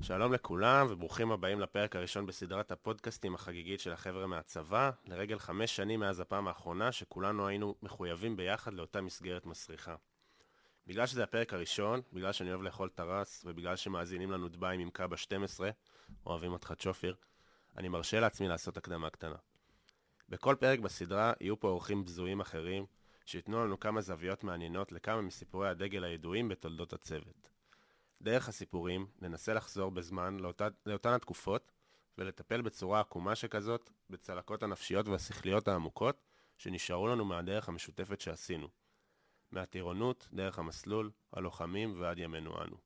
שלום לכולם וברוכים הבאים לפרק הראשון בסדרת הפודקאסטים החגיגית של החבר'ה מהצבא, לרגל 5 שנים מאז הפעם האחרונה שכולנו היינו מחויבים ביחד לאותה מסגרת מסריחה. בגלל שזה הפרק הראשון, בגלל שאני אוהב לאכול טרס ובגלל שמאזינים לנו דביים עם קאבה 12, אוהבים אותך צ'ופיר, אני מרשה לעצמי לעשות הקדמה קטנה. בכל פרק בסדרה יהיו פה אורחים בזויים אחרים שיתנו לנו כמה זוויות מעניינות לכמה מסיפורי הדגל הידועים בתולדות הצוות. דרך הסיפורים ננסה לחזור בזמן לאותן התקופות ולטפל בצורה עקומה שכזאת בצלקות הנפשיות והשכליות העמוקות שנשארו לנו מהדרך המשותפת שעשינו. מהטירונות, דרך המסלול, הלוחמים ועד ימינו אנו.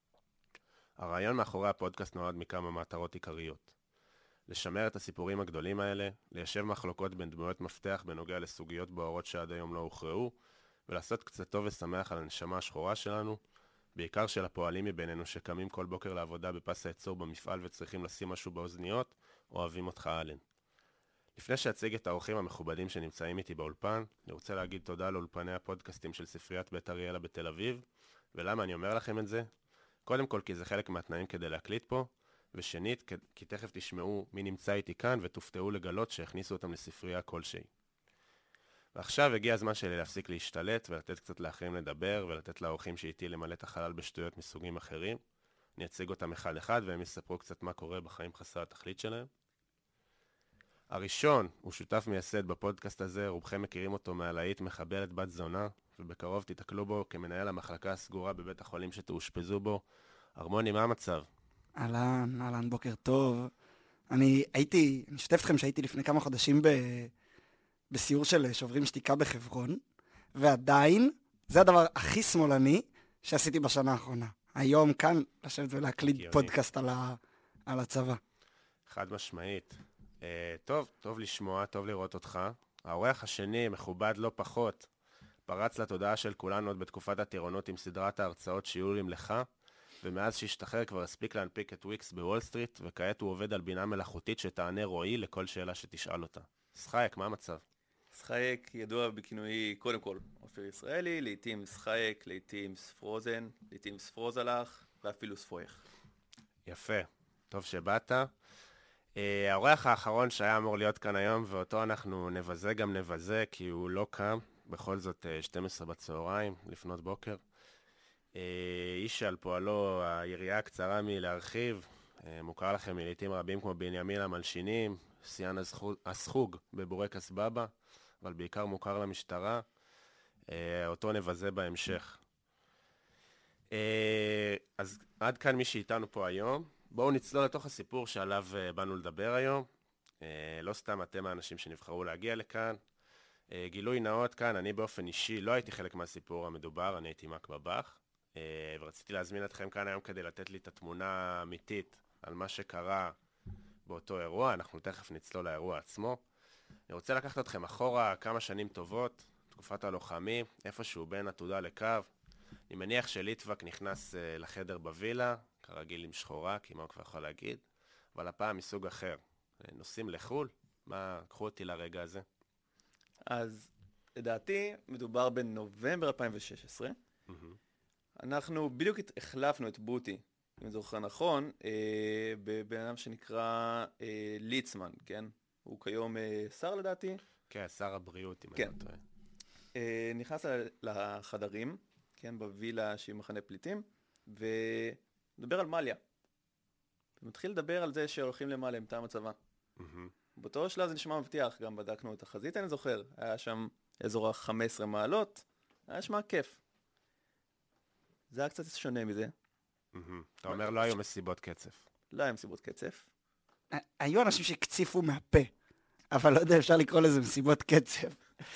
הרעיון מאחורי הפודקאסט נועד מכמה מטרות עיקריות. לשמר את הסיפורים הגדולים האלה, ליישב מחלוקות בין דמויות מפתח בנוגע לסוגיות בוערות שעד היום לא הוכרעו, ולעשות קצת טוב ושמח על הנשמה השחורה שלנו, בעיקר של הפועלים מבינינו שקמים כל בוקר לעבודה בפס הייצור במפעל וצריכים לשים משהו באוזניות, אוהבים אותך אלן. לפני שאציג את האורחים המכובדים שנמצאים איתי באולפן, אני רוצה להגיד תודה לאולפני הפודקאסטים של ספריית בית אריאלה בתל אביב, ולמה אני אומר לכם את זה? קודם כל כי זה חלק מהתנאים כדי להקליט פה, ושנית כי תכף תשמעו מי נמצא איתי כאן ותופתעו לגלות שהכניסו אותם לספרייה כלשהי. ועכשיו הגיע הזמן שלי להפסיק להשתלט ולתת קצת לאחרים לדבר ולתת לאורחים שאיתי למלא את החלל בשטויות מסוגים אחרים. אני אציג אותם אחד אחד והם יספרו קצת מה קורה בחיים חסר התכלית שלהם. הראשון הוא שותף מייסד בפודקאסט הזה, רובכם מכירים אותו מהלהיט מחבלת בת זונה, ובקרוב תתקלו בו כמנהל המחלקה הסגורה בבית החולים שתאושפזו בו. הרמוני, מה המצב? אהלן, בוקר טוב. אני אשתף אתכם שהייתי לפני כמה חודשים בסיור של שוברים שתיקה בחברון, ועדיין זה הדבר הכי שמאלני שעשיתי בשנה האחרונה. היום כאן לשבת ולהקליד פודקאסט על הצבא. חד משמעית. טוב לשמוע, טוב לראות אותך. האורח השני, מכובד לא פחות, פרץ לתודעה של כולנו עוד בתקופת הטירונות עם סדרת ההרצאות שיעורים לך, ומאז שהשתחרר כבר הספיק להנפיק את וויקס בוול סטריט, וכעת הוא עובד על בינה מלאכותית שתענה רועי לכל שאלה שתשאל אותה. שחייק, מה המצב? שחייק ידוע בכינוי, קודם כל, אופיר ישראלי, לעתים שחייק, לעתים ספרוזן, לעתים ספרוזלח, ואפילו ספויך. יפה, טוב שבאת. האורח האחרון שהיה אמור להיות כאן היום, ואותו אנחנו נבזה, כי הוא לא קם, בכל זאת 12 בצהריים, לפנות בוקר. איש שעל פועלו היריעה הקצרה מלהרחיב, מוכר לכם מלעיתים רבים כמו בנימין המלשינים, שיאן הסחוג בבורקס בבא, אבל בעיקר מוכר למשטרה, אותו נבזה בהמשך. אז עד כאן מי שאיתנו פה היום. בואו נצלול לתוך הסיפור שעליו באנו לדבר היום. לא סתם אתם האנשים שנבחרו להגיע לכאן. גילוי נאות כאן, אני באופן אישי לא הייתי חלק מהסיפור המדובר, אני הייתי מק בבח. ורציתי להזמין אתכם כאן היום כדי לתת לי את התמונה האמיתית על מה שקרה באותו אירוע. אנחנו תכף נצלול לאירוע עצמו. אני רוצה לקחת אתכם אחורה כמה שנים טובות, תקופת הלוחמים, איפשהו בין עתודה לקו. אני מניח שליטווק נכנס לחדר בווילה, כרגיל עם שחורה, כי מה הוא כבר יכול להגיד, אבל הפעם מסוג אחר. נוסעים לחול? קחו אותי לרגע הזה. אז לדעתי מדובר בנובמבר 2016. אנחנו בדיוק החלפנו את בוטי, אם אני זוכר נכון, בבן אדם שנקרא ליצמן, כן? הוא כיום שר לדעתי. כן, שר הבריאות, אם אני לא טועה. נכנס לחדרים, כן, בווילה שהיא מחנה פליטים, ודבר על מליה. ומתחיל לדבר על זה שהולכים למליה עם טעם הצבא. באותו שלב זה נשמע מבטיח, גם בדקנו את החזית, אני זוכר. היה שם אזור 15 מעלות, היה שמע כיף. זה היה קצת שונה מזה. אתה אומר לא היו מסיבות קצף. לא היו מסיבות קצף. היו אנשים שקציפו מהפה, אבל לא יודע, אפשר לקרוא לזה מסיבות קצף.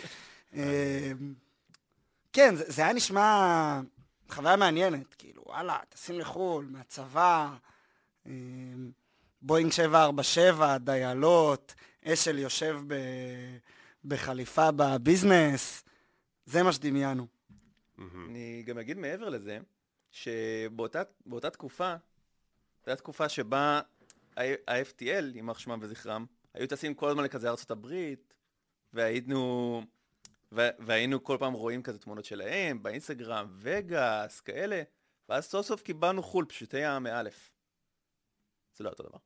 כן, זה היה נשמע חוויה מעניינת, כאילו, וואלה, טסים לחול, מהצבא, בואינג 747, דיילות, אשל יושב בחליפה בביזנס, זה מה שדמיינו. אני גם אגיד מעבר לזה, שבאותה תקופה שבה ה-FTL, יימח שמם וזכרם, היו טסים כל הזמן לכזה ארצות הברית, והיינו כל פעם רואים כזה תמונות שלהם, באינסטגרם, וגאס, כאלה, ואז סוף סוף קיבלנו חול, פשוטי העם מאלף. זה לא אותו דבר.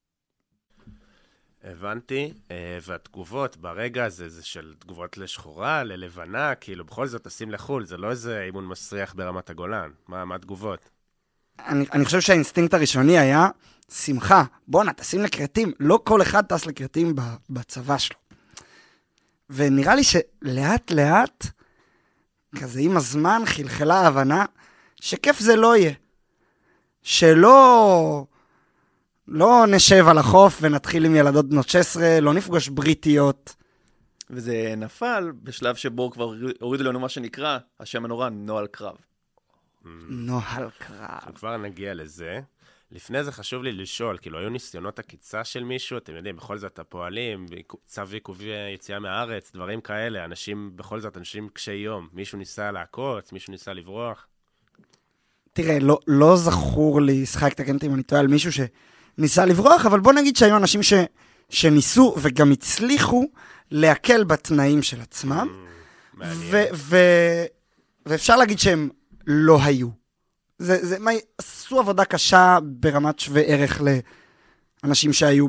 הבנתי, והתגובות ברגע הזה זה של תגובות לשחורה, ללבנה, כאילו בכל זאת טסים לחול, זה לא איזה אימון מסריח ברמת הגולן. מה התגובות? אני חושב שהאינסטינקט הראשוני היה שמחה. בואנה, טסים לקרטים. לא כל אחד טס לקרטים בצבא שלו. ונראה לי שלאט לאט, כזה עם הזמן חלחלה ההבנה, שכיף זה לא יהיה. שלא נשב על החוף ונתחיל עם ילדות בנות 16, לא נפגוש בריטיות. וזה נפל בשלב שבו כבר הורידו לנו מה שנקרא, השם הנורא, נוהל קרב. נוהל קרב. כבר נגיע לזה. לפני זה חשוב לי לשאול, כאילו היו ניסיונות עקיצה של מישהו, אתם יודעים, בכל זאת הפועלים, צו עיכוב יציאה מהארץ, דברים כאלה, אנשים, בכל זאת אנשים קשי יום, מישהו ניסה לעקוץ, מישהו ניסה לברוח. תראה, לא זכור לי, שחק תקן אותי אם אני טועה על מישהו שניסה לברוח, אבל בוא נגיד שהיו אנשים שניסו וגם הצליחו להקל בתנאים של עצמם, ואפשר להגיד שהם לא היו. עשו עבודה קשה ברמת שווה ערך לאנשים שהיו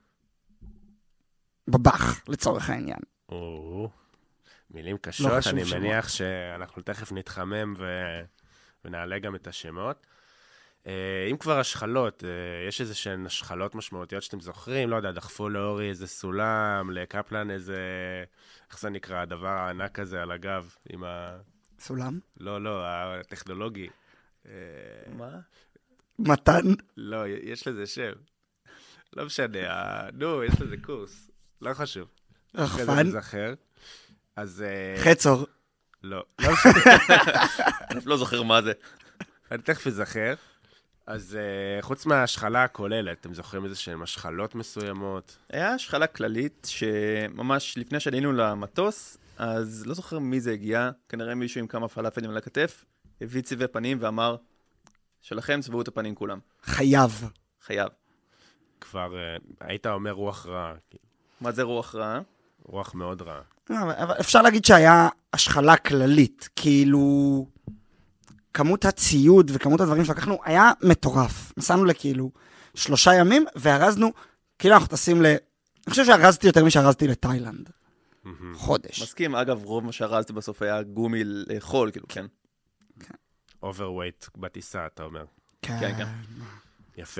בבח, לצורך העניין. מילים קשות, אני מניח שאנחנו תכף נתחמם ונעלה גם את השמות. אם כבר השחלות, יש איזה שהן השחלות משמעותיות שאתם זוכרים, לא יודע, דחפו לאורי איזה סולם, לקפלן איזה, איך זה נקרא, הדבר הענק הזה על הגב עם ה... סולם? לא, הטכנולוגי. מה? מתן? לא, יש לזה שם. לא משנה, יש לזה קורס. לא חשוב. רחפן? אז... חצור. לא משנה. אני לא זוכר מה זה. אני תכף אזכר. אז חוץ מההשחלה הכוללת, אתם זוכרים איזה שהן השחלות מסוימות? היה השחלה כללית שממש לפני שעלינו למטוס, אז לא זוכר מי זה הגיע, כנראה מישהו עם כמה פלאפלים על הכתף, הביא צבעי פנים ואמר, שלכם צבעו את הפנים כולם. חייב. כבר היית אומר רוח רעה. מה זה רוח רעה? רוח מאוד רעה. אבל אפשר להגיד שהיה השחלה כללית, כאילו כמות הציוד וכמות הדברים שלקחנו היה מטורף. נסענו לכאילו 3 ימים והרזנו, כאילו אנחנו טסים אני חושב שהרזתי יותר משהרזתי לתאילנד. חודש. מסכים, אגב, רוב מה שהרזתי בסוף היה גומי לחול, כאילו, כן. אוברווייט בטיסה, אתה אומר. כן. יפה.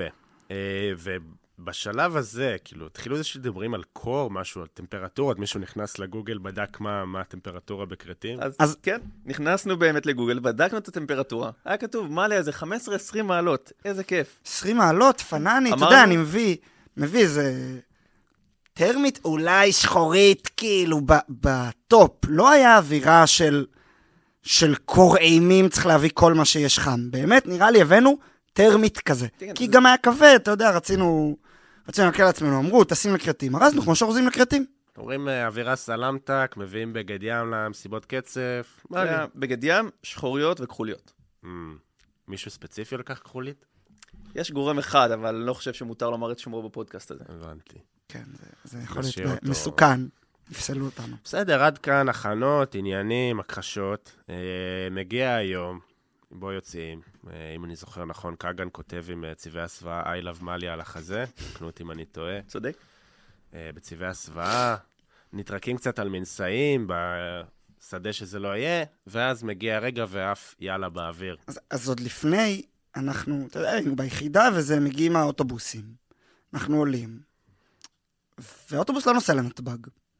ובשלב הזה, כאילו, התחילו איזה שדברים על קור, משהו, על טמפרטורות, מישהו נכנס לגוגל, בדק מה הטמפרטורה בקרטים. אז כן, נכנסנו באמת לגוגל, בדקנו את הטמפרטורה. היה כתוב, מה לי, איזה 15-20 מעלות, איזה כיף. 20 מעלות, פנני, אתה יודע, אני מביא איזה טרמית, אולי שחורית, כאילו, בטופ. לא היה אווירה של קור אימים, צריך להביא כל מה שיש חם. באמת, נראה לי, הבאנו טרמית כזה. כי גם היה כבד, אתה יודע, רצינו להקל לעצמנו, אמרו, טסים לקרטים. הרזנו כמו שאורזים לקרטים. אומרים, אווירה סלמטק, מביאים בגד ים למסיבות קצף. בגד ים, שחוריות וכחוליות. מישהו ספציפי לקח כחולית? יש גורם אחד, אבל אני לא חושב שמותר לומר את שמו בפודקאסט הזה. הבנתי. כן, זה יכול להיות מסוכן. יפסלו אותנו. בסדר, עד כאן הכנות, עניינים, הכחשות. מגיע היום, בו יוצאים, אם אני זוכר נכון, קאגן כותב עם צבעי הסוואה, I love מליה על החזה, תקנו אותי אם אני טועה. צודק. בצבעי הסוואה, נתרקים קצת על מנסאים, בשדה שזה לא יהיה, ואז מגיע הרגע ואף יאללה באוויר. אז עוד לפני, אנחנו, אתה יודע, היינו ביחידה וזה מגיעים האוטובוסים. אנחנו עולים. והאוטובוס לא נוסע לנתב"ג.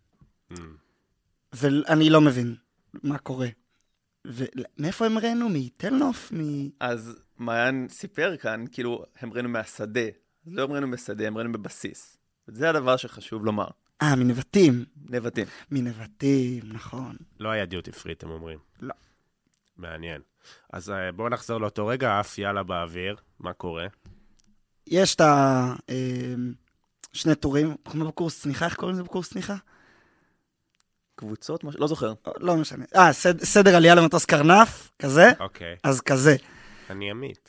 ואני לא מבין מה קורה. ומאיפה הם ראינו? מתל-נוף? אז מעיין סיפר כאן, כאילו, הם ראינו מהשדה. לא הם ראינו בשדה, הם ראינו בבסיס. זה הדבר שחשוב לומר. מנבטים. מנבטים, נכון. לא היה דיוטי פרי, אתם אומרים. לא. מעניין. אז בואו נחזור לאותו רגע, אף יאללה באוויר. מה קורה? יש את שני טורים. כמו בקורס צניחה, איך קוראים לזה בקורס צניחה? קבוצות, לא זוכר. לא משנה. סדר עלייה למטוס קרנף, כזה. אוקיי. אז כזה. אני עמית.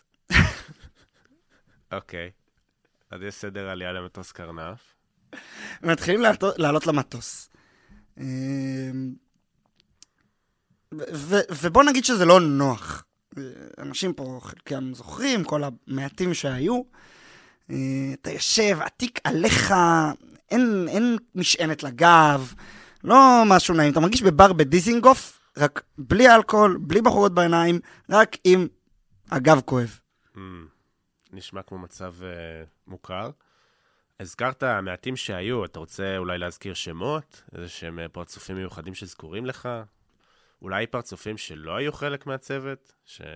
אוקיי. אז יש סדר עלייה למטוס קרנף. מתחילים לעלות למטוס. ובוא נגיד שזה לא נוח. אנשים פה חלקם זוכרים, כל המעטים שהיו. אתה יושב, עתיק עליך, אין משענת לגב, לא משהו נעים. אתה מרגיש בבר בדיזינגוף, רק בלי אלכוהול, בלי בחורות בעיניים, רק עם הגב כואב. נשמע כמו מצב מוכר. הזכרת מעטים שהיו, אתה רוצה אולי להזכיר שמות? איזה שהם פרצופים מיוחדים שזכורים לך? אולי פרצופים שלא היו חלק מהצוות?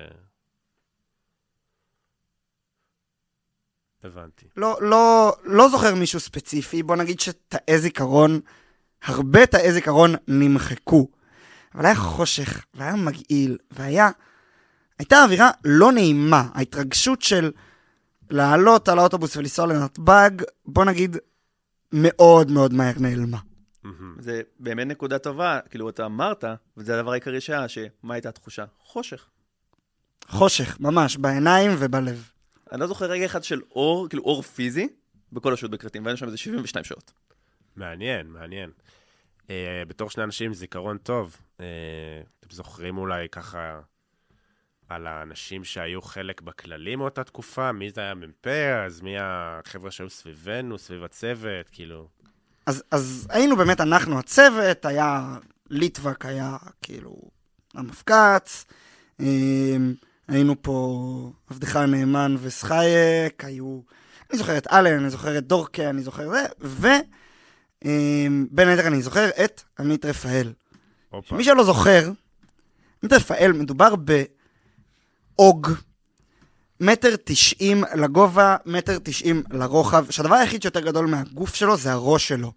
הבנתי. לא זוכר מישהו ספציפי, בוא נגיד שתאי זיכרון, הרבה תאי זיכרון נמחקו. אבל היה חושך, והיה מגעיל, הייתה אווירה לא נעימה. ההתרגשות של לעלות על האוטובוס ולנסוע לנתב"ג, בוא נגיד, מאוד מאוד מהר נעלמה. זה באמת נקודה טובה, כאילו אתה אמרת, וזה הדבר העיקרי שהיה, שמה הייתה התחושה? חושך. חושך, ממש, בעיניים ובלב. אני לא זוכר רגע אחד של אור, כאילו אור פיזי, בכל השעות בקרטים, והיינו שם איזה 72 שעות. מעניין. בתור שני אנשים זיכרון טוב, אתם זוכרים אולי ככה על האנשים שהיו חלק בכללים מאותה תקופה? מי זה היה מ"פ? אז מי החבר'ה שהיו סביבנו, סביב הצוות, כאילו? אז היינו באמת, אנחנו הצוות, היה ליטווק, היה כאילו המפקץ, היינו פה עבדך הנאמן וסחייק, אני זוכר את אלן, אני זוכר את דורקה, אני זוכר זה, בין היתר אני זוכר את עמית רפאל. מי שלא זוכר, עמית רפאל מדובר באוג, 1.90 מטר לגובה, 1.90 מטר לרוחב, שהדבר היחיד שיותר גדול מהגוף שלו זה הראש שלו.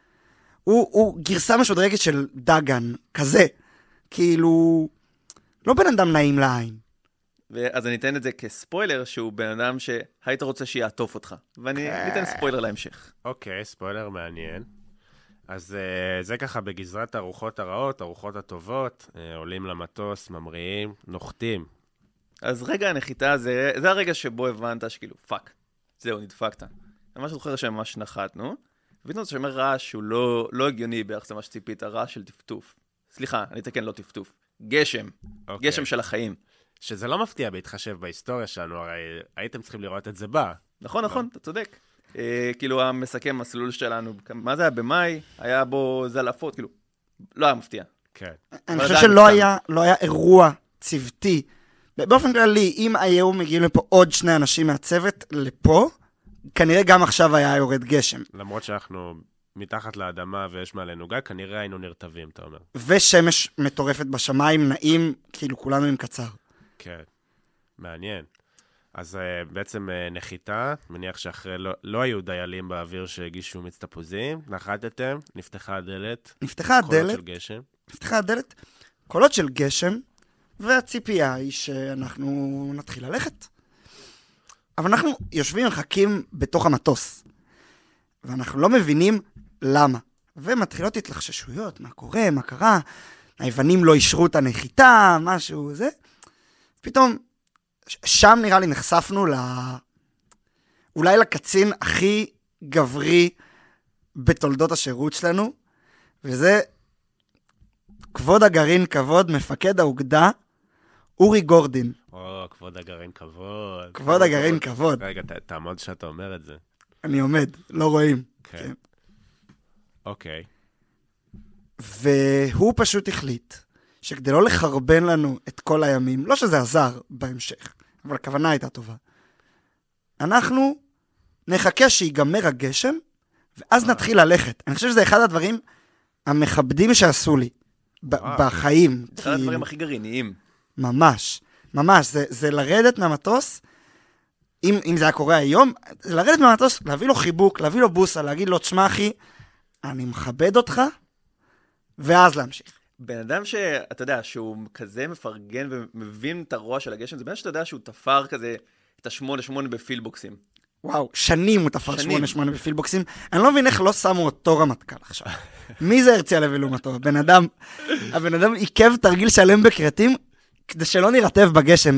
הוא גרסה משודרגת של דגן, כזה. כאילו, לא בן אדם נעים לעין. אז אני אתן את זה כספוילר, שהוא בן אדם שהיית רוצה שיעטוף אותך. ואני אתן ספוילר להמשך. אוקיי, ספוילר מעניין. אז זה ככה בגזרת הרוחות הרעות, הרוחות הטובות, עולים למטוס, ממריאים, נוחתים. אז רגע הנחיתה, זה הרגע שבו הבנת שכאילו, פאק, זהו, נדפקת. אני ממש זוכר שממש נחתנו, ופתאום זה שאומר רעש שהוא לא הגיוני ביחס למה שציפית, רעש של טפטוף. סליחה, אני אתקן, לא טפטוף. גשם. גשם של החיים. שזה לא מפתיע בהתחשב בהיסטוריה שלנו, הרי הייתם צריכים לראות את זה בה. נכון, אתה צודק. כאילו המסכם מסלול שלנו, מה זה היה במאי? היה בו זלעפות, כאילו, לא היה מפתיע. כן. אני חושב שלא היה אירוע צוותי. באופן כללי, אם היו מגיעים לפה עוד שני אנשים מהצוות לפה, כנראה גם עכשיו היה יורד גשם. למרות שאנחנו מתחת לאדמה ויש מעלינו גג, כנראה היינו נרטבים, אתה אומר. ושמש מטורפת בשמיים, נעים, כאילו כולנו עם קצר. כן, מעניין. אז בעצם נחיתה, מניח שאחרי לא היו דיילים באוויר שהגישו מיץ תפוזים, נחתתם, נפתחה הדלת. קולות של גשם. נפתחה הדלת, קולות של גשם, והציפייה היא שאנחנו נתחיל ללכת. אבל אנחנו יושבים מחכים בתוך המטוס, ואנחנו לא מבינים למה. ומתחילות התלחששויות, מה קורה, מה קרה, היוונים לא אישרו את הנחיתה, משהו זה. פתאום, שם נראה לי נחשפנו אולי לקצין הכי גברי בתולדות השירות שלנו, וזה כבוד הגרעין כבוד, מפקד האוגדה, אורי גורדין. כבוד הגרעין כבוד. כבוד הגרעין כבוד. רגע, תעמוד שאתה אומר את זה. אני עומד, לא רואים. כן. אוקיי. והוא פשוט החליט שכדי לא לחרבן לנו את כל הימים, לא שזה עזר בהמשך, אבל הכוונה הייתה טובה. אנחנו נחכה שיגמר הגשם, ואז נתחיל ללכת. אני חושב שזה אחד הדברים המכבדים שעשו לי בחיים. אחד הדברים הכי גרעיניים. ממש, ממש. זה לרדת מהמטוס, אם זה היה קורה היום, זה לרדת מהמטוס, להביא לו חיבוק, להביא לו בוסה, להגיד לו, תשמע אחי, אני מכבד אותך, ואז להמשיך. בן אדם שאתה יודע, שהוא כזה מפרגן ומבין את הרוע של הגשם, זה בן שאתה יודע שהוא תפר כזה את ה-8-8 בפילבוקסים. וואו, שנים הוא תפר 8-8 בפילבוקסים. אני לא מבין איך לא שמו אותו רמטכ"ל עכשיו. מי זה הרצי הלוי לעומתו? הבן אדם עיכב תרגיל שלם בקרטים, כדי שלא נרטב בגשם.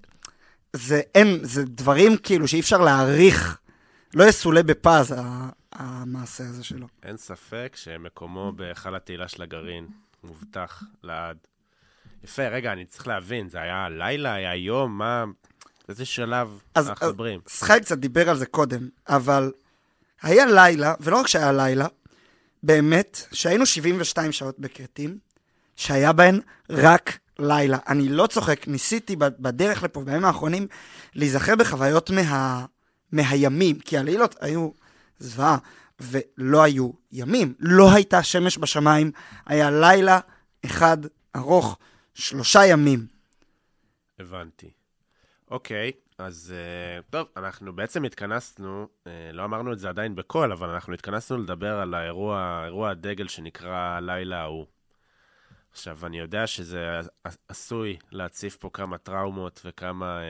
זה דברים כאילו שאי אפשר להעריך, לא יסולה בפז המעשה הזה שלו. אין ספק שמקומו בהיכל התהילה של הגרעין מובטח לעד. יפה, רגע, אני צריך להבין, זה היה לילה, היה יום, מה... איזה שלב אז אנחנו מדברים? סחי קצת דיבר על זה קודם, אבל היה לילה, ולא רק שהיה לילה, באמת, שהיינו 72 שעות בכרתים, שהיה בהן רק לילה. אני לא צוחק, ניסיתי בדרך לפה, בימים האחרונים, להיזכר בחוויות מהימים, כי הלילות היו זוועה, ולא היו ימים. לא הייתה שמש בשמיים, היה לילה אחד ארוך, 3 ימים. הבנתי. אוקיי, אז טוב, אנחנו בעצם התכנסנו, לא אמרנו את זה עדיין בקול, אבל אנחנו התכנסנו לדבר על אירוע הדגל שנקרא הלילה ההוא. עכשיו, אני יודע שזה עשוי להציף פה כמה טראומות וכמה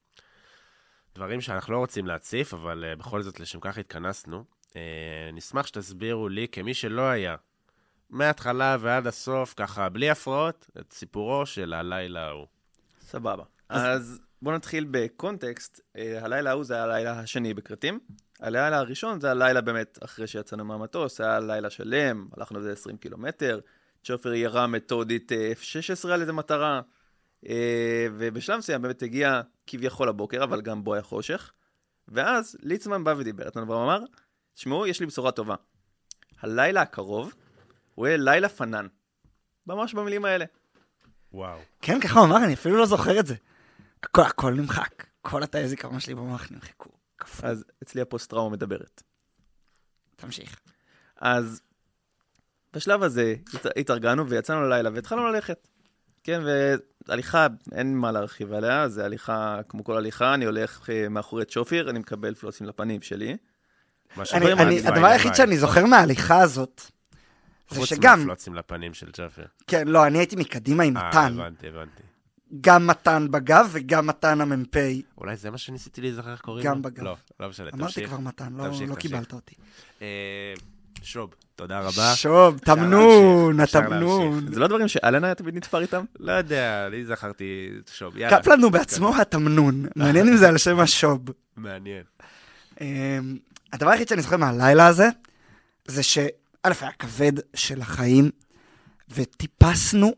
דברים שאנחנו לא רוצים להציף, אבל בכל זאת לשם כך התכנסנו. נשמח שתסבירו לי, כמי שלא היה, מההתחלה ועד הסוף, ככה, בלי הפרעות, את סיפורו של הלילה ההוא. סבבה. אז בואו נתחיל בקונטקסט. הלילה ההוא זה היה הלילה השני בכרתים. הלילה הראשון זה הלילה באמת אחרי שיצאנו מהמטוס, היה לילה שלם, הלכנו לזה 20 קילומטר, צ'ופר ירה מתודית F-16 על איזה מטרה, ובשלב מסוים באמת הגיע כביכול הבוקר, אבל גם בו היה חושך, ואז ליצמן בא ודיבר איתנו ואמר, תשמעו, יש לי בשורה טובה. הלילה הקרוב הוא יהיה לילה פנן. ממש במילים האלה. וואו. כן, ככה הוא אמר, אני אפילו לא זוכר את זה. הכל נמחק. כל התאי זיכרון שלי במוח נמחקו. אז אצלי הפוסט-טראומה מדברת. תמשיך. אז בשלב הזה התארגנו ויצאנו ללילה והתחלנו ללכת. כן, והליכה, אין מה להרחיב עליה, זה הליכה, כמו כל הליכה, אני הולך מאחורי צ'ופיר, אני מקבל פלוצים לפנים שלי. הדבר היחיד שאני זוכר מההליכה הזאת, זה שגם... חוץ מהפלוצים לפנים של צ'ופיר. כן, לא, אני הייתי מקדימה עם מתן. הבנתי. גם מתן בגב וגם מתן הממפי. אולי זה מה שניסיתי להיזכר איך קוראים? גם בגב. לא משנה, תמשיך. אמרתי כבר מתן, לא קיבלת אותי. שוב, תודה רבה. שוב, תמנון, התמנון. זה לא דברים שאלן היה תמיד נתפר איתם? לא יודע, אני זכרתי שוב, יאללה. קפלן הוא בעצמו התמנון. מעניין אם זה על שם השוב. מעניין. הדבר היחיד שאני זוכר מהלילה הזה, זה שא' היה כבד של החיים, וטיפסנו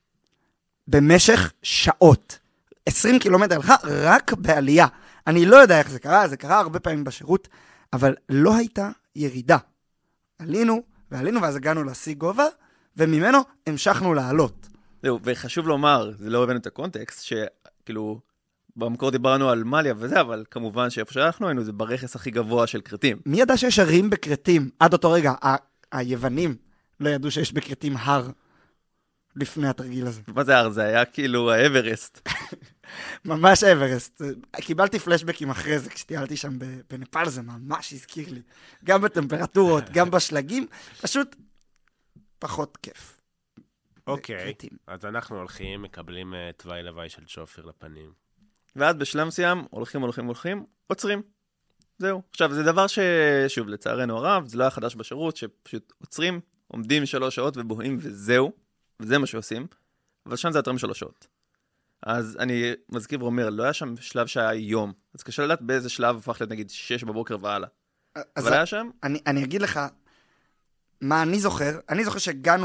במשך שעות. 20 קילומטר הלכה רק בעלייה. אני לא יודע איך זה קרה, זה קרה הרבה פעמים בשירות, אבל לא הייתה ירידה. עלינו, ואז הגענו לשיא גובה, וממנו המשכנו לעלות. זהו, וחשוב לומר, זה לא הבאנו את הקונטקסט, שכאילו, במקור דיברנו על מליה וזה, אבל כמובן שאיפה שאנחנו היינו, זה ברכס הכי גבוה של קרטים. מי ידע שיש הרים בקרטים? עד אותו רגע, היוונים לא ידעו שיש בקרטים הר לפני התרגיל הזה. מה זה הר? זה היה כאילו האברסט. ממש אברסט. קיבלתי פלשבקים אחרי זה, כשטיילתי שם בנפאל, זה ממש הזכיר לי. גם בטמפרטורות, גם בשלגים, פשוט פחות כיף. אוקיי, אז אנחנו הולכים, מקבלים תוואי לוואי של צ'ופר לפנים. ואז בשלב מסוים, הולכים, עוצרים. זהו. עכשיו, זה דבר ששוב, לצערנו הרב, זה לא היה חדש בשירות, שפשוט עוצרים, עומדים 3 שעות ובוהים וזהו, וזה מה שעושים, אבל שם זה יותר מ3 שעות. אז אני מזכיר ואומר, לא היה שם שלב שהיה יום, אז קשה לדעת באיזה שלב הפך להיות נגיד 6 בבוקר והלאה. אבל היה שם? אני אגיד לך, מה אני זוכר, שהגענו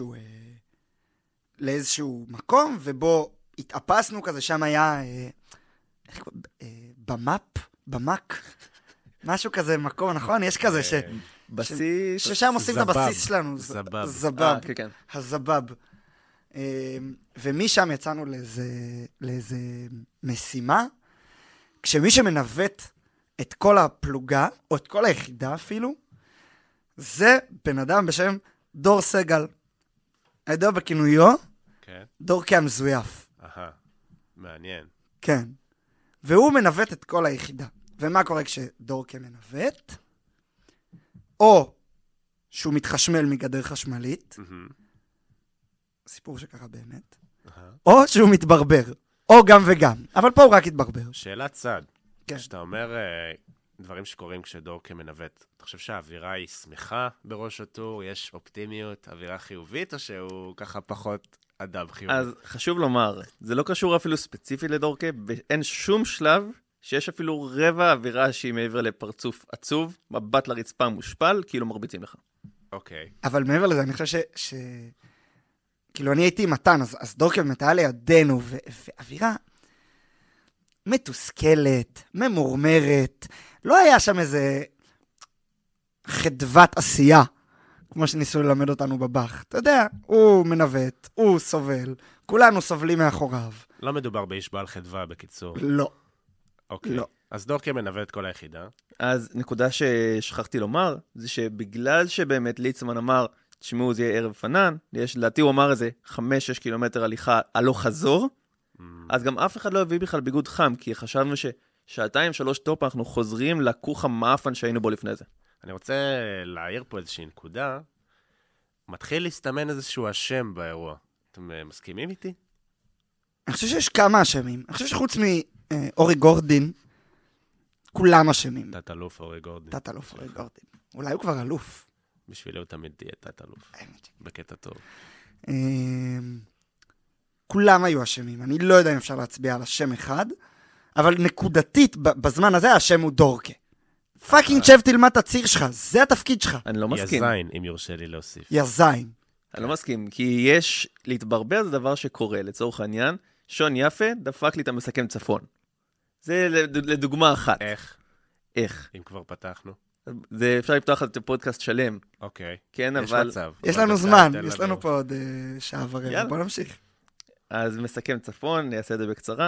לאיזשהו מקום, ובו התאפסנו כזה, שם היה במק, משהו כזה מקום, נכון? יש כזה בסיס, ששם עושים את הבסיס שלנו, זבב, כן. הזבב. ומשם יצאנו לאיזה משימה, כשמי שמנווט את כל הפלוגה, או את כל היחידה אפילו, זה בן אדם בשם דור סגל. הידוע בכינויו, דורקי המזויף. מעניין. כן. והוא מנווט את כל היחידה. ומה קורה כשדורקי מנווט? או שהוא מתחשמל מגדר חשמלית, סיפור שקרה באמת, או שהוא מתברבר, או גם וגם, אבל פה הוא רק התברבר. שאלת צד, כשאתה אומר דברים שקורים כשדורקי מנווט, אתה חושב שהאווירה היא שמחה בראש הטור, יש אופטימיות, אווירה חיובית, או שהוא ככה פחות אדם חיובי? אז חשוב לומר, זה לא קשור אפילו ספציפית לדורקי, אין שום שלב שיש אפילו רבע אווירה שהיא מעבר לפרצוף עצוב, מבט לרצפה מושפל, כאילו מרביצים לך. אוקיי. אבל מעבר לזה, אני חושב כאילו אני הייתי עם מתן, אז דורקי באמת היה לידינו, ואווירה, מתוסכלת, ממורמרת, לא היה שם איזה חדוות עשייה, כמו שניסו ללמד אותנו בבח. אתה יודע, הוא מנווט, הוא סובל, כולנו סובלים מאחוריו. לא מדובר באיש בעל חדווה, בקיצור. לא. אוקיי. לא. אז דורקה מנווט את כל היחידה. אז נקודה ששכחתי לומר, זה שבגלל שבאמת ליצמן אמר, תשמעו, זה יהיה ערב פנן, לדעתי הוא אמר איזה 5-6 קילומטר הליכה הלוך חזור, אז גם אף אחד לא הביא בכלל ביגוד חם, כי חשבנו ש2-3 טופ אנחנו חוזרים לכוך המאפן שהיינו בו לפני זה. אני רוצה להעיר פה איזושהי נקודה. מתחיל להסתמן איזשהו אשם באירוע. אתם מסכימים איתי? אני חושב שיש כמה אשמים. אני חושב שחוץ מאורי גורדין, כולם אשמים. תת-אלוף אורי גורדין. תת-אלוף אורי גורדין. אולי הוא כבר אלוף. בשבילי הוא תמיד תהיה תת-אלוף. בקטע טוב. כולם היו אשמים. אני לא יודע אם אפשר להצביע על אשם אחד, אבל נקודתית, בזמן הזה, האשם הוא דורקה. פאקינג שב תלמד את הציר שלך, זה התפקיד שלך. אני לא מסכים. יזין, אם יורשה לי להוסיף. יזין. אני לא מסכים, כי יש, להתברבר זה דבר שקורה, לצורך העניין, שון יפה דפק לי את המסכם צפון. זה לדוגמה אחת. איך? אם כבר פתחנו. זה אפשר לפתוח את הפודקאסט שלם. אוקיי. כן, יש אבל... מצב. יש לנו זמן, יש לנו פה עוד שעה ורבע. יאללה. בוא נמשיך. אז מסכם צפון, נעשה את זה בקצרה.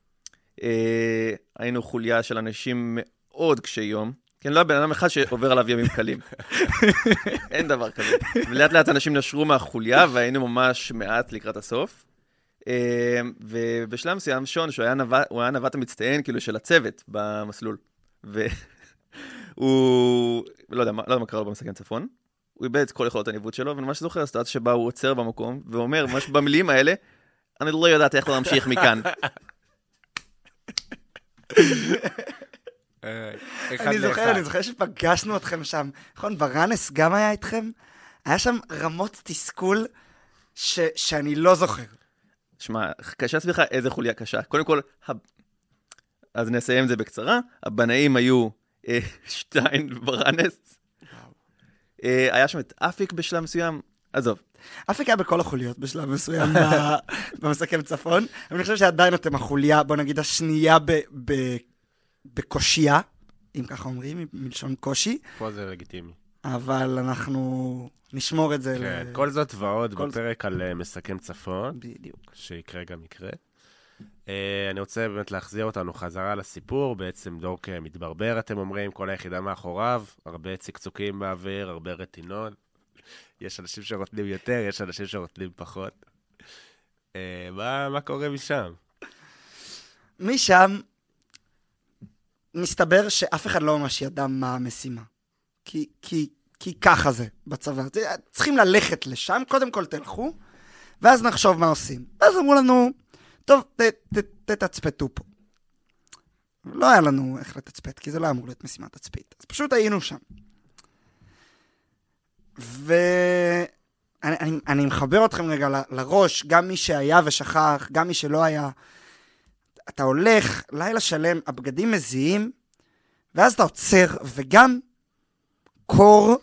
היינו חוליה של אנשים מאוד קשי יום. כן, לא הבן אדם אחד שעובר עליו ימים קלים. אין דבר כזה. ולאט לאט אנשים נשרו מהחוליה, והיינו ממש מעט לקראת הסוף. ובשלב מסוים שון, שהוא היה נווט המצטיין, כאילו, של הצוות במסלול. והוא, לא יודע מה קרה לו במסכם צפון. הוא איבד את כל יכולות הניווט שלו, ואני ממש זוכר הסטאציה שבה הוא עוצר במקום, ואומר, ממש במילים האלה, אני לא יודעת איך להמשיך מכאן. אני זוכר שפגשנו אתכם שם. נכון, ברנס גם היה איתכם? היה שם רמות תסכול שאני לא זוכר. שמע, קשה סביך איזה חוליה קשה. קודם כל, אז נסיים את זה בקצרה. הבנאים היו שטיין וברנס. היה שם את אפיק בשלב מסוים. עזוב. אפיק היה בכל החוליות בשלב מסוים במסכם צפון. אבל אני חושב שעדיין אתם החוליה, בוא נגיד, השנייה בקושייה, אם ככה אומרים, מלשון קושי. פה זה לגיטימי. אבל אנחנו נשמור את זה. כן, כל זאת ועוד בפרק על מסכם צפון. בדיוק. שיקרה גם יקרה. אני רוצה באמת להחזיר אותנו חזרה לסיפור. בעצם דורק מתברבר, אתם אומרים, כל היחידה מאחוריו, הרבה צקצוקים באוויר, הרבה רטינות. יש אנשים שרותנים יותר, יש אנשים שרותנים פחות. מה קורה משם? משם מסתבר שאף אחד לא ממש ידע מה המשימה. כי ככה זה בצבא. צריכים ללכת לשם, קודם כל תלכו, ואז נחשוב מה עושים. ואז אמרו לנו, טוב, תתצפתו פה. לא היה לנו איך לתצפת, כי זה לא אמור להיות משימת תצפית. אז פשוט היינו שם. ואני מחבר אתכם רגע לראש, גם מי שהיה ושכח, גם מי שלא היה. אתה הולך, לילה שלם, הבגדים מזיעים, ואז אתה עוצר, וגם קור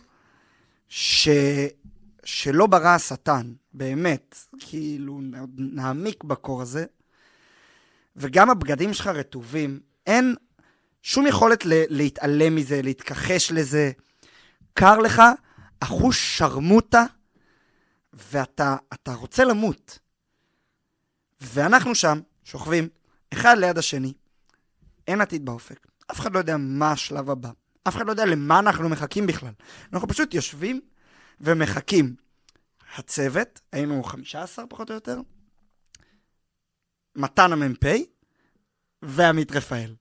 שלא ברא השטן, באמת, כאילו נעמיק בקור הזה, וגם הבגדים שלך רטובים, אין שום יכולת להתעלם מזה, להתכחש לזה, קר לך, אחוש שרמוטה, ואתה רוצה למות. ואנחנו שם, שוכבים, אחד ליד השני, אין עתיד באופק. אף אחד לא יודע מה השלב הבא. אף אחד לא יודע למה אנחנו מחכים בכלל. אנחנו פשוט יושבים ומחכים. הצוות, היינו 15 פחות או יותר, מתן המ"פ ועמית רפאל.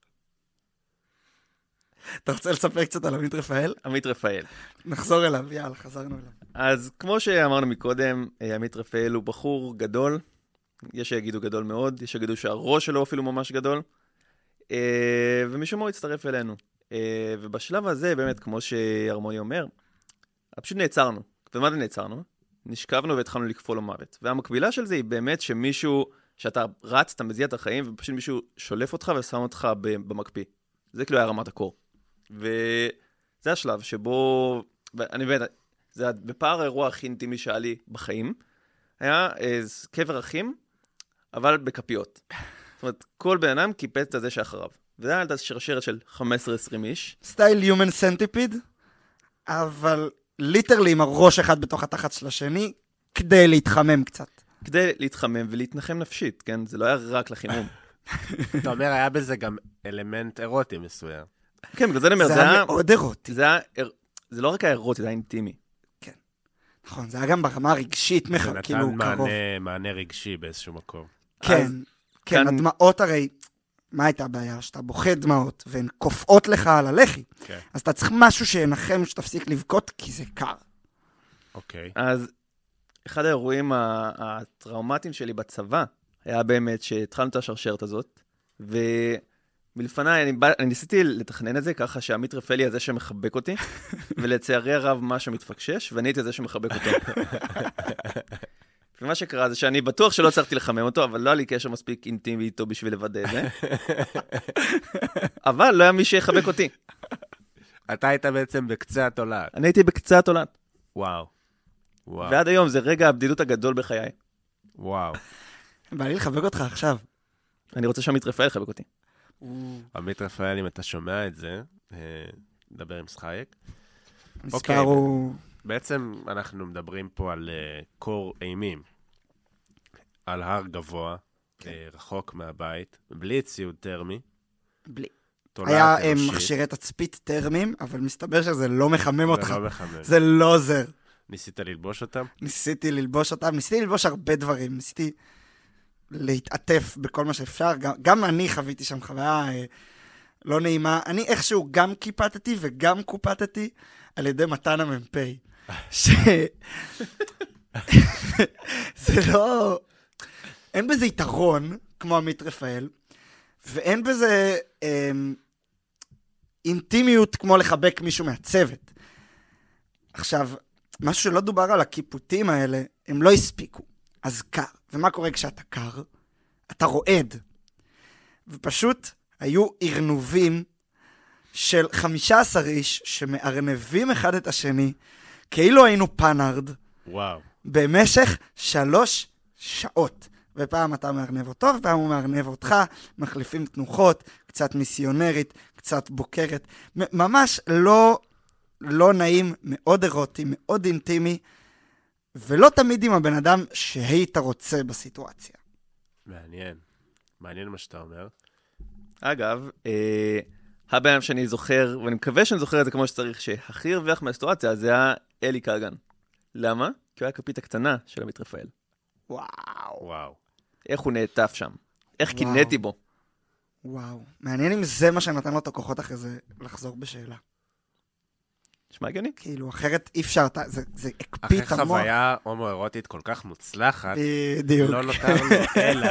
אתה רוצה לספר קצת על עמית רפאל? עמית רפאל. נחזור אליו, יאללה, חזרנו אליו. אז כמו שאמרנו מקודם, עמית רפאל הוא בחור גדול, יש שיגידו גדול מאוד, יש שיגידו שהראש שלו אפילו ממש גדול, ומשום מה הוא הצטרף אלינו. ובשלב הזה, באמת, כמו שהרמוני אומר, פשוט נעצרנו. ומה זה נעצרנו? נשכבנו והתחלנו לקפוא לו מוות. והמקבילה של זה היא באמת שמישהו, שאתה רץ, אתה מזיע את החיים, ופשוט מישהו שולף אותך ושם אותך במקפיא. זה כאילו היה רמת הקור. וזה השלב שבו, אני באמת, זה בפער האירוע הכי אינטימי שהיה לי בחיים, היה קבר אחים, אבל בכפיות. זאת אומרת, כל בן אדם קיפץ את זה שאחריו. וזה היה שרשרת של 15-20 איש. סטייל Human Centipede, אבל ליטרלי עם הראש אחד בתוך התחת של השני, כדי להתחמם קצת. כדי להתחמם ולהתנחם נפשית, כן? זה לא היה רק לחימום. אתה אומר, היה בזה גם אלמנט אירוטי מסוים. כן, בגלל זה אני אומר, זה היה מאוד אירוטי. זה לא רק היה אירוטי, זה היה אינטימי. כן. נכון, זה היה גם ברמה הרגשית, כאילו נתן קרוב. מענה רגשי באיזשהו מקום. כן, כן, הדמעות הרי, מה הייתה הבעיה? שאתה בוכה דמעות, והן קופאות לך על הלחי. כן. אז אתה צריך משהו שינחם, שתפסיק לבכות, כי זה קר. אוקיי. אז אחד האירועים הטראומטיים שלי בצבא, היה באמת שהתחלנו את השרשרת הזאת, ומלפניי אני ניסיתי לתכנן את זה ככה שעמית רפאלי הזה שמחבק אותי, ולצערי הרב משהו מתפקשש, ואני הייתי זה שמחבק אותו. ומה שקרה זה שאני בטוח שלא צריכתי לחמם אותו, אבל לא היה לי קשר מספיק אינטימי איתו בשביל לוודא את זה. אבל לא היה מי שיחבק אותי. אתה היית בעצם בקצה התולעת. אני הייתי בקצה התולעת. וואו. ועד היום זה רגע הבדידות הגדול בחיי. וואו. בא לי לחבק אותך עכשיו. אני רוצה שעמית רפאל לחבק אותי. עמית רפאל, אם אתה שומע את זה, נדבר עם סחייק. המספר הוא... בעצם אנחנו מדברים פה על קור אימים, על הר גבוה, רחוק מהבית, בלי ציוד טרמי. בלי. היה מכשירי תצפית טרמיים, אבל מסתבר שזה לא מחמם אותך. זה לא מחמם. זה לא עוזר. ניסית ללבוש אותם? ניסיתי ללבוש הרבה דברים. ניסיתי להתעטף בכל מה שאפשר. גם אני חוויתי שם חוויה לא נעימה. אני איכשהו גם קיפטתי וגם קופטתי על ידי מתן הממפי. זה לא... אין בזה יתרון, כמו עמית רפאל, ואין בזה אינטימיות כמו לחבק מישהו מהצוות. עכשיו, משהו שלא דובר על הקיפוטים האלה, הם לא הספיקו. אז קר. ומה קורה כשאתה קר? אתה רועד. ופשוט היו ערנובים של 15 איש שמארנבים אחד את השני, כאילו היינו פאנרד. וואו. במשך 3 שעות. ופעם אתה מארנב אותו, ופעם הוא מארנב אותך, מחליפים תנוחות, קצת מיסיונרית, קצת בוקרת. ממש לא נעים, מאוד אירוטי, מאוד אינטימי, ולא תמיד עם הבן אדם שהיית רוצה בסיטואציה. מעניין. מעניין מה שאתה אומר. אגב, הבן אדם שאני זוכר, ואני מקווה שאני זוכר את זה כמו שצריך, שהכי הרוויח מהסיטואציה, זה היה אלי קרגן. למה? כי הוא היה כפית הקטנה של עמית רפאל. וואו. איך הוא נעטף שם. איך קינאתי בו. וואו. מעניין אם זה מה שנתן לו את הכוחות אחרי זה לחזור בשאלה. נשמע הגיוני? כאילו, אחרת אי אפשר, זה הקפיא אחרי את המוח. חוויה הומואירוטית כל כך מוצלחת, בדיוק. לא נותר לו אלא...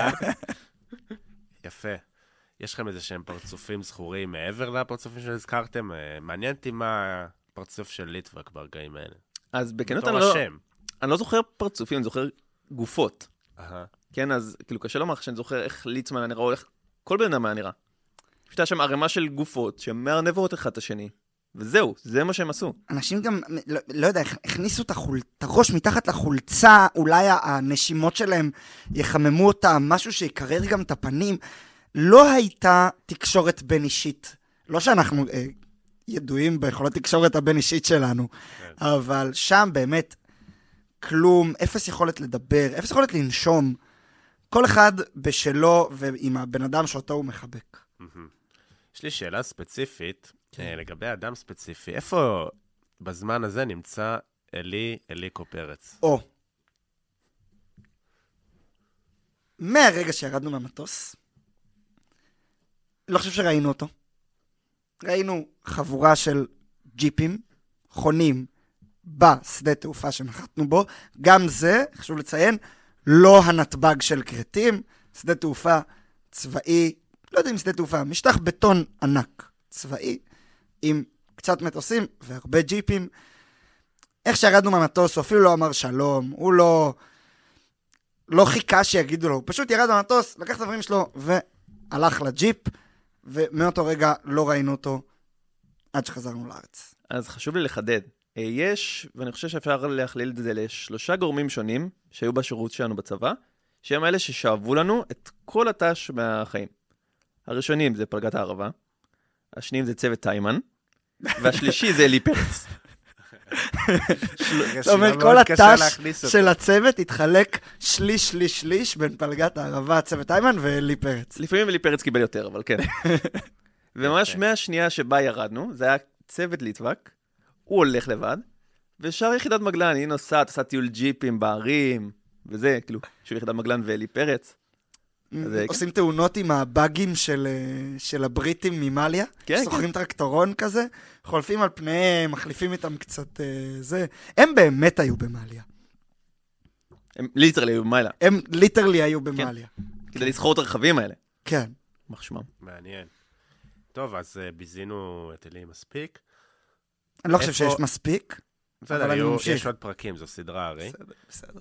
יפה. יש לכם איזה שהם פרצופים זכורים מעבר לפרצופים שהזכרתם? מעניין אותי מה הפרצוף של ליטווק ברגעים האלה. אז בכנות אני לא זוכר פרצופים, אני זוכר גופות. כן, אז כאילו קשה לומר שאני זוכר איך ליצמן נראה, או איך כל בן אדם נראה. פשוט שם ערימה של גופות שמארנבות אחד את השני. וזהו, זה מה שהם עשו. אנשים גם, לא יודע, הכניסו את הראש מתחת לחולצה, אולי הנשימות שלהם יחממו אותם, משהו שיקרר גם את הפנים. לא הייתה תקשורת בין אישית. לא שאנחנו ידועים ביכולות תקשורת הבין אישית שלנו, אבל שם באמת כלום, אפס יכולת לדבר, אפס יכולת לנשום. כל אחד בשלו ועם הבן אדם שאותו הוא מחבק. יש לי שאלה ספציפית, לגבי אדם ספציפי. איפה בזמן הזה נמצא אליקו פרץ? מהרגע שירדנו מהמטוס, לא חושב שראינו אותו. ראינו חבורה של ג'יפים, חונים בשדה תעופה שנחתנו בו. גם זה, חשוב לציין, לא הנתב"ג של קרטים, שדה תעופה צבאי, לא יודע אם שדה תעופה, משטח בטון ענק צבאי, עם קצת מטוסים והרבה ג'יפים. איך שירדנו מהמטוס, הוא אפילו לא אמר שלום, הוא לא חיכה שיגידו לו, הוא פשוט ירד מהמטוס, לקח את הדברים שלו והלך לג'יפ, ומאותו רגע לא ראינו אותו עד שחזרנו לארץ. אז חשוב לי לחדד. יש, ואני חושב שאפשר להכליל את זה ל3 גורמים שונים שהיו בשירות שלנו בצבא, שהם האלה ששאבו לנו את כל התש מהחיים. הראשונים זה פלגת הערבה, השניים זה צוות טיימן, והשלישי זה אלי פרץ. זאת אומרת, כל התש של הצוות התחלק שליש בין פלגת הערבה, צוות טיימן ואלי פרץ. לפעמים אלי פרץ קיבל יותר, אבל כן. וממש מהשנייה שבה ירדנו, זה היה צוות ליטווק, הוא הולך לבד, ושאר יחידת מגלן, היא נוסעת, עושה טיול ג'יפים בערים, וזה, כאילו, שהוא יחידת מגלן ואלי פרץ. עושים תאונות עם הבאגים של הבריטים ממליה, סוחרים טרקטורון כזה, חולפים על פניהם, מחליפים איתם קצת זה. הם באמת היו במליה. הם ליטרלי היו במליה. הם ליטרלי היו במליה. כדי לסחור את הרכבים האלה. כן. מחשמם. מעניין. טוב, אז ביזינו את אלי מספיק. אני לא חושב שיש מספיק. בסדר, יש עוד פרקים, זו סדרה הרי. בסדר.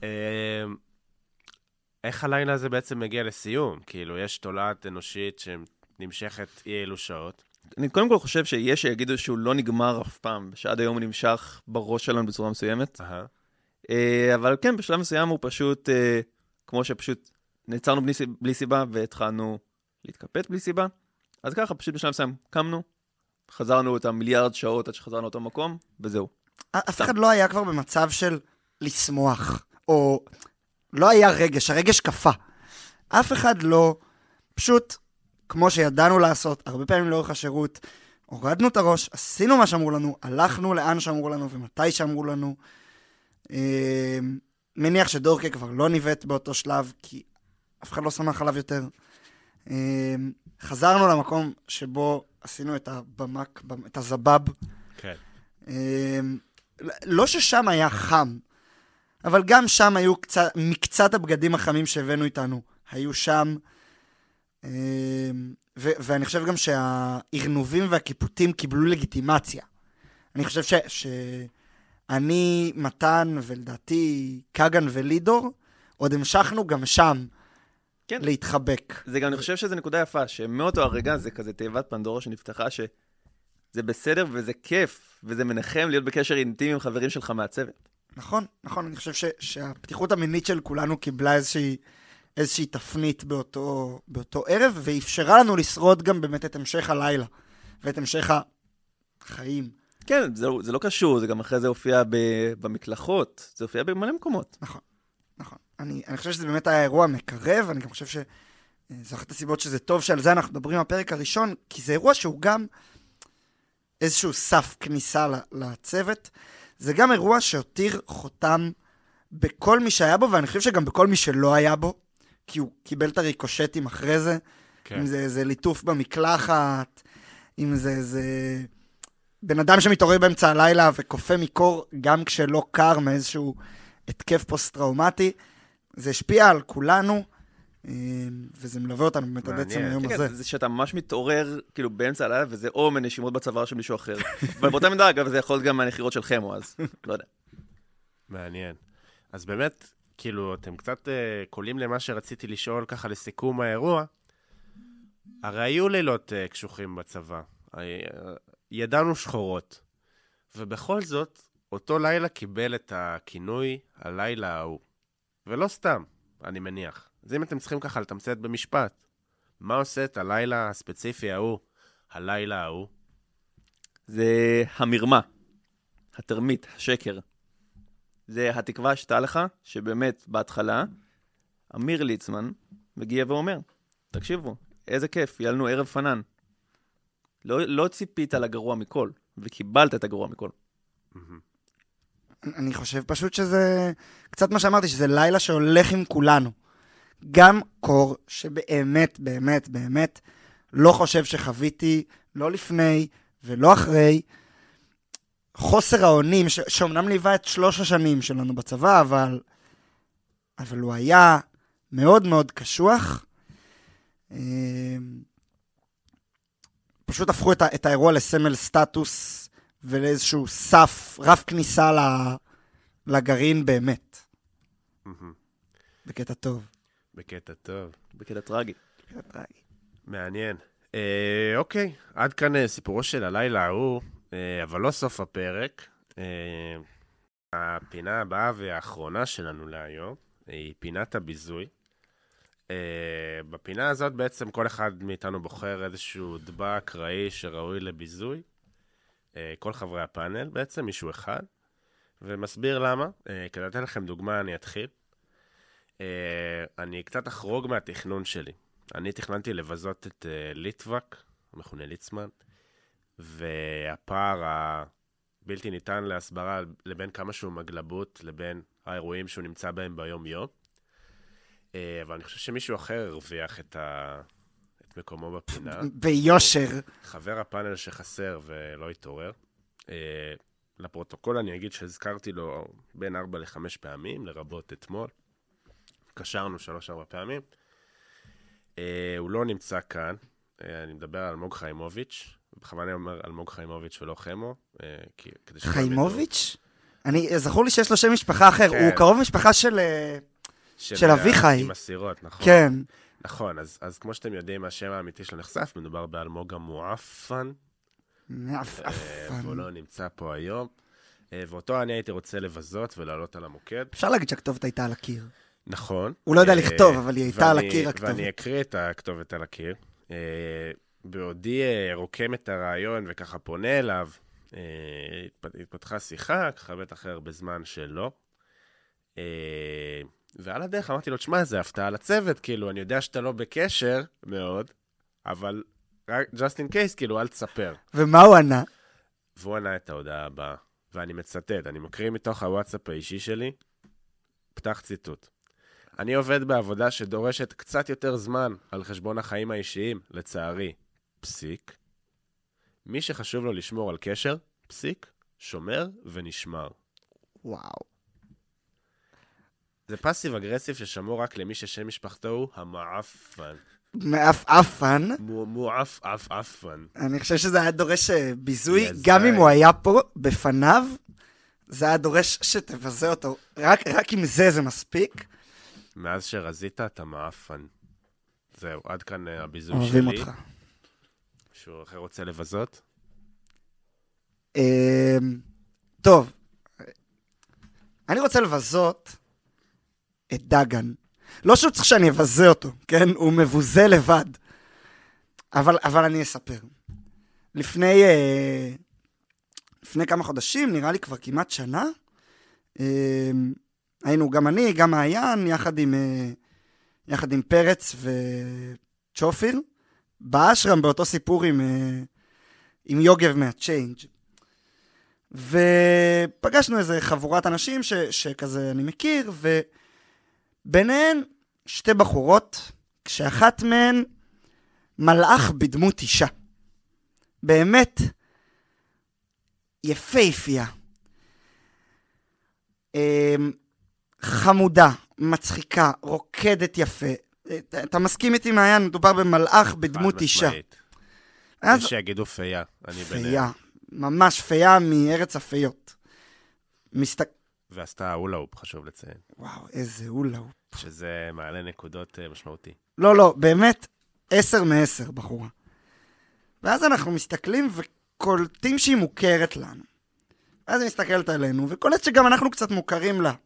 איך הלילה הזה בעצם מגיע לסיום? כאילו, יש תולעת אנושית שנמשכת אי אלו שעות. אני קודם כל חושב שיש שיגידו שהוא לא נגמר אף פעם, שעד היום הוא נמשך בראש שלנו בצורה מסוימת. אבל כן, בשלב מסוים הוא פשוט, כמו שפשוט נעצרנו בלי סיבה והתחלנו להתקפט בלי סיבה. אז ככה, פשוט בשלב מסוים קמנו, חזרנו את המיליארד שעות עד שחזרנו אותו מקום, וזהו. אף אחד לא היה כבר במצב של לשמוח, או לא היה רגש, הרגש קפה. אף אחד לא, פשוט, כמו שידענו לעשות, הרבה פעמים לאורך השירות, הורדנו את הראש, עשינו מה שאמרו לנו, הלכנו לאן שאמרו לנו ומתי שאמרו לנו. מניח שדורקה כבר לא ניווט באותו שלב, כי אף אחד לא שמח עליו יותר. חזרנו למקום שבו עשינו את הבמק, את הזבב. כן. לא ששם היה חם, אבל גם שם היו מקצת הבגדים החמים שהבאנו איתנו, היו שם, ואני חושב גם שהארנובים והקיפוטים קיבלו לגיטימציה. אני חושב שאני, מתן ולדעתי קגן ולידור, עוד המשכנו גם שם כן. להתחבק. זה גם, אני חושב שזו נקודה יפה, שמאותו הרגע זה כזה תיבת פנדורה שנפתחה, שזה בסדר וזה כיף, וזה מנחם להיות בקשר אינטימי עם חברים שלך מהצוות. נכון, נכון. אני חושב שהפתיחות המינית של כולנו קיבלה איזושהי תפנית באותו ערב, ואפשרה לנו לשרוד גם באמת את המשך הלילה, ואת המשך החיים. כן, זה לא קשור, זה גם אחרי זה הופיע במקלחות, זה הופיע במלא מקומות. נכון, נכון. אני חושב שזה באמת היה אירוע מקרב, אני גם חושב שזו אחת הסיבות שזה טוב שעל זה אנחנו מדברים בפרק הראשון, כי זה אירוע שהוא גם איזשהו סף כניסה לצוות, זה גם אירוע שהותיר חותם בכל מי שהיה בו, ואני חושב שגם בכל מי שלא היה בו, כי הוא קיבל את הריקושטים אחרי זה, כן. אם זה ליטוף במקלחת, אם זה בן אדם שמתעורר באמצע הלילה וקופא מקור, גם כשלא קר מאיזשהו התקף פוסט-טראומטי, זה השפיע על כולנו, וזה מלווה אותנו באמת עד עצם היום הזה. זה שאתה ממש מתעורר כאילו באמצע הלילה, וזה או מנשימות בצוואר של מישהו אחר. אבל באותה מידה, אגב, זה יכול להיות גם מהנחירות של חמו, אז לא יודע. מעניין. אז באמת, כאילו, אתם קצת קולים למה שרציתי לשאול ככה לסיכום האירוע. הרי היו לילות קשוחים בצבא. ידענו שחורות. ובכל זאת, אותו לילה קיבל את הכינוי הלילה ההוא. ולא סתם, אני מניח. אז אם אתם צריכים ככה לתמצת במשפט, מה עושה את הלילה הספציפי ההוא, הלילה ההוא? זה המרמה, התרמית, השקר. זה התקווה שתהיה לך, שבאמת בהתחלה, אמיר ליצמן מגיע ואומר, תקשיבו, איזה כיף, יהיה לנו ערב פנן. לא ציפית לגרוע מכל, וקיבלת את הגרוע מכל. אני חושב פשוט שזה, קצת מה שאמרתי, שזה לילה שהולך עם כולנו. גם קור שבאמת, באמת, באמת, לא חושב שחוויתי, לא לפני ולא אחרי, חוסר האונים, שאומנם ליווה את 3 השנים שלנו בצבא, אבל הוא היה מאוד מאוד קשוח. פשוט הפכו את האירוע לסמל סטטוס, ולאיזשהו סף, רף כניסה לגרעין באמת. בקטע טוב. בקטע טוב. בקטע טרגי. בקטע טרגי. מעניין. אוקיי, עד כאן סיפורו של הלילה ההוא, אבל לא סוף הפרק. הפינה הבאה והאחרונה שלנו להיום היא פינת הביזוי. בפינה הזאת בעצם כל אחד מאיתנו בוחר איזשהו דבע אקראי שראוי לביזוי. כל חברי הפאנל בעצם, מישהו אחד, ומסביר למה. כדי לתת לכם דוגמה, אני אתחיל. אני קצת אחרוג מהתכנון שלי. אני תכננתי לבזות את ליטווק, המכונה ליצמן, והפער הבלתי ניתן להסברה לבין כמה שהוא מגלבות, לבין האירועים שהוא נמצא בהם ביום-יום. אבל אני חושב שמישהו אחר הרוויח את מקומו בפינה. ביושר. חבר הפאנל שחסר ולא התעורר. לפרוטוקול אני אגיד שהזכרתי לו בין 4 ל-5 פעמים, לרבות אתמול. קשרנו 3-4 פעמים. הוא לא נמצא כאן. אני מדבר על אלמוג חיימוביץ'. בכוונה אומר אלמוג חיימוביץ' ולא חמו. חיימוביץ'? זכור לי שיש לו שם משפחה אחר. הוא קרוב משפחה של אביחי. עם הסירות, נכון. כן. נכון, אז כמו שאתם יודעים, השם האמיתי שלו נחשף, מדובר באלמוג המועפן. מעפעפן. והוא לא נמצא פה היום. ואותו אני הייתי רוצה לבזות ולעלות על המוקד. אפשר להגיד שהכתובת הייתה על הקיר. נכון. הוא לא יודע לכתוב, אבל היא הייתה על הקיר הכתובת. ואני אקריא את הכתובת על הקיר. בעודי רוקם את הרעיון וככה פונה אליו, התפתחה שיחה, ככה בטח הרבה זמן שלא. ועל הדרך אמרתי לו, תשמע, זה הפתעה על הצוות, כאילו, אני יודע שאתה לא בקשר מאוד, אבל just in case, כאילו, אל תספר. ומה הוא ענה? והוא ענה את ההודעה הבאה, ואני מצטט, אני מקריא מתוך הוואטסאפ האישי שלי, פתח ציטוט. אני עובד בעבודה שדורשת קצת יותר זמן על חשבון החיים האישיים, לצערי, פסיק. מי שחשוב לו לשמור על קשר, פסיק, שומר ונשמר. וואו. זה פסיב אגרסיב ששמור רק למי ששם משפחתו הוא המעפן. מעפעפן. מועפעפן. אני חושב שזה היה דורש ביזוי, גם אם הוא היה פה בפניו, זה היה דורש שתבזה אותו. רק עם זה מספיק. מאז שרזית אתה מעפן. זהו, עד כאן הביזוי שלי. אוהבים אותך. מישהו אחר רוצה לבזות? טוב. אני רוצה לבזות את דגן. לא שהוא צריך שאני אבזה אותו, כן? הוא מבוזה לבד. אבל אני אספר. לפני כמה חודשים, נראה לי כבר כמעט שנה, היינו גם אני, גם מעיין, יחד עם פרץ וצ'ופיר, באשרם באותו סיפור עם יוגב מהצ'יינג'. ופגשנו איזה חבורת אנשים שכזה אני מכיר, וביניהן 2 בחורות, כשאחת מהן מלאך בדמות אישה. באמת יפהפייה. חמודה, מצחיקה, רוקדת יפה. אתה מסכים איתי מעיין, מדובר במלאך בדמות אישה. יש שיגידו פיה, אני ביניהם. פיה, ממש פיה מארץ הפיות. ועשתה אולאופ, חשוב לציין. וואו, איזה אולאופ. שזה מעלה נקודות משמעותי. לא, באמת 10 מ-10 בחורה. ואז אנחנו מסתכלים וקולטים שהיא מוכרת לנו. ואז היא מסתכלת עלינו, וקולט שגם אנחנו קצת מוכרים לה.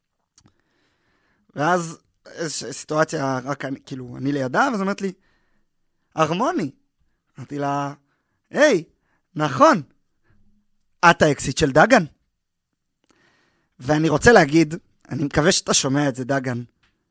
ואז איזושהי סיטואציה, רק כאילו, אני לידה, ואז אומרת לי, הרמוני. אמרתי לה, היי, נכון, את האקסיט של דגן. ואני רוצה להגיד, אני מקווה שאתה שומע את זה, דגן.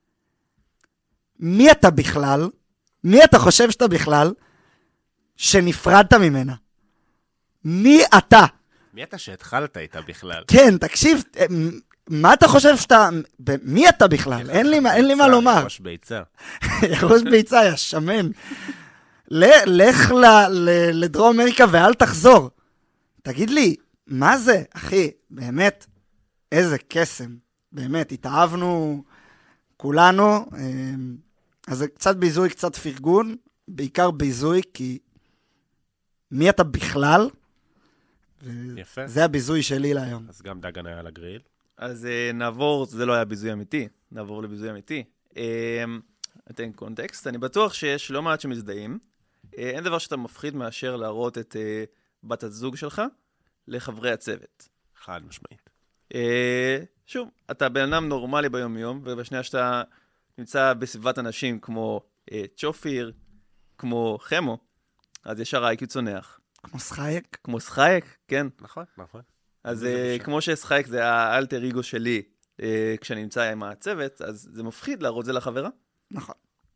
מי אתה בכלל? מי אתה חושב שאתה בכלל שנפרדת ממנה? מי אתה? מי אתה שהתחלת איתה בכלל? כן, תקשיב, מה אתה חושב שאתה... מי אתה בכלל? אין לי מה לומר. ראש ביצה. ראש ביצה, יא שמן. לך לדרום אמריקה ואל תחזור. תגיד לי, מה זה, אחי? באמת, איזה קסם. באמת, התאהבנו כולנו. אז זה קצת ביזוי, קצת פרגון. בעיקר ביזוי, כי מי אתה בכלל? יפה. זה הביזוי שלי להיום. אז גם דגן היה לגריל. אז נעבור, זה לא היה ביזוי אמיתי, נעבור לביזוי אמיתי. אתן קונטקסט, אני בטוח שיש לא מעט שמזדהים. אין דבר שאתה מפחיד מאשר להראות את בת הזוג שלך לחברי הצוות. חד משמעית. שוב, אתה בן אדם נורמלי ביום-יום, ובשנייה שאתה נמצא בסביבת אנשים כמו צ'ופיר, כמו חמו, אז ישר ה-IQ צונח. כמו שחייק. כמו שחייק, כן. נכון, נכון. אז כמו ששחייק זה האלטר איגו שלי כשאני נמצא עם הצוות, אז זה מפחיד להראות זה לחברה. נכון.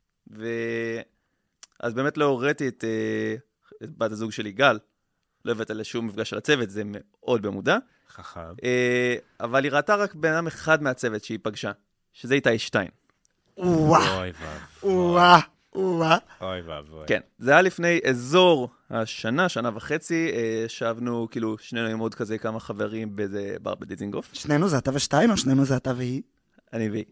אז באמת לא הוריתי את בת הזוג שלי, גל. לא הבאת לשום מפגש של הצוות, זה מאוד במודע. חכם. אבל היא ראתה רק בן אדם אחד מהצוות שהיא פגשה, שזה איתי שטיין. וואו. אוי וואו. וואו. אוי ואבוי. כן, זה היה לפני אזור השנה, שנה וחצי, ישבנו כאילו שנינו עם עוד כזה כמה חברים באיזה בר בדיזינגוף. שנינו זה אתה ושטיין או שנינו זה אתה והיא? אני והיא.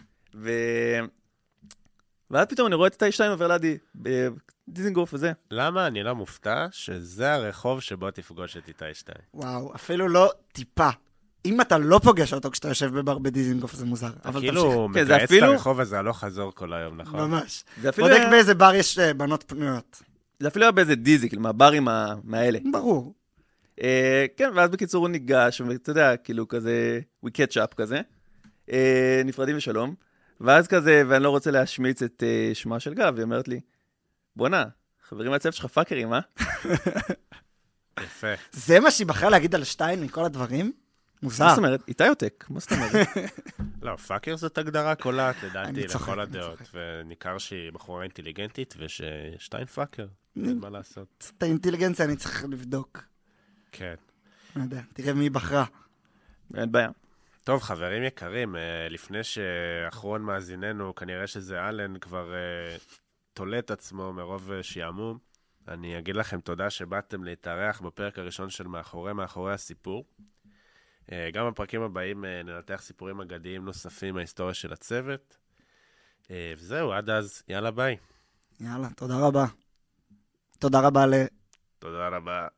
ואז פתאום אני רואה את איתי שטיין עובר לידי בדיזינגוף וזה. למה אני לא מופתע שזה הרחוב שבו תפגוש את איתי שטיין? וואו, אפילו לא טיפה. אם אתה לא פוגש אותו כשאתה יושב בבר בדיזינגוף זה מוזר. אבל כאילו כן, זה מגייס את אפילו- הרחוב הזה הלוך חזור כל היום, נכון? ממש. זה אפילו בודק היה- באיזה בר יש בנות פנויות. זה אפילו היה באיזה דיזי, כאילו מהברים מהאלה. ברור. כן, ואז בקיצור הוא ניגש, ואתה יודע, כאילו כזה, we catch up כזה, נפרדים ושלום, ואז כזה, ואני לא רוצה להשמיץ את שמה של גב, והיא אומרת לי, בוא'נה, חברים מהצוות שלך פאקרים, אה? יפה. זה מה שהיא בחרה להגיד על שטיין מכל הדברים? מוזר. מה זאת אומרת? איתי עותק, מה זאת אומרת? לא, פאקר זאת הגדרה קולעת, לדעתי, אני צוחק, לכל אני הדעות. צוחק. וניכר שהיא בחורה אינטליגנטית, וששטיין פאקר. אין מה לעשות. את האינטליגנציה אני צריך לבדוק. כן. לא יודע, תראה מי היא בחרה. אין בעיה. טוב, חברים יקרים, לפני שאחרון מאזיננו, כנראה שזה אלן כבר תולה את עצמו מרוב שעמום, אני אגיד לכם תודה שבאתם להתארח בפרק הראשון של מאחורי הסיפור. גם בפרקים הבאים ננתח סיפורים אגדיים נוספים מההיסטוריה של הצוות. וזהו, עד אז, יאללה ביי. יאללה, תודה רבה. תודה רבה תודה רבה.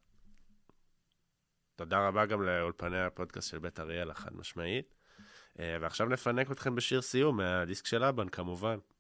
תודה רבה גם לאולפני הפודקאסט של בית אריאל, החד משמעית. ועכשיו נפנק אתכם בשיר סיום מהדיסק של אבן, כמובן.